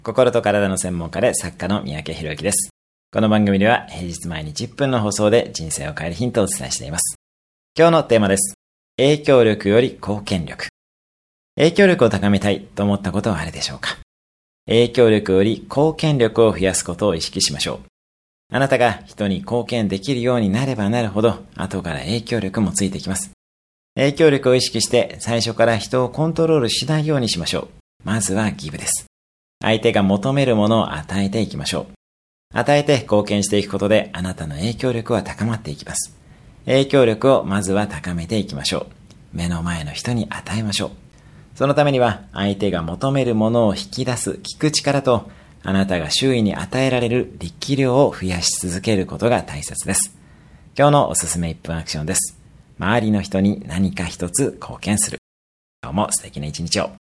心と体の専門家で作家の三宅宏之です。この番組では平日毎日1分の放送で人生を変えるヒントをお伝えしています。今日のテーマです。影響力より貢献力。影響力を高めたいと思ったことはあるでしょうか？影響力より貢献力を増やすことを意識しましょう。あなたが人に貢献できるようになればなるほど、後から影響力もついてきます。影響力を意識して最初から人をコントロールしないようにしましょう。まずはギブです。相手が求めるものを与えていきましょう。与えて貢献していくことであなたの影響力は高まっていきます。影響力をまずは高めていきましょう。目の前の人に与えましょう。そのためには相手が求めるものを引き出す聞く力と、あなたが周囲に与えられる力量を増やし続けることが大切です。今日のおすすめ1分アクションです。周りの人に何か一つ貢献する。今日も素敵な一日を。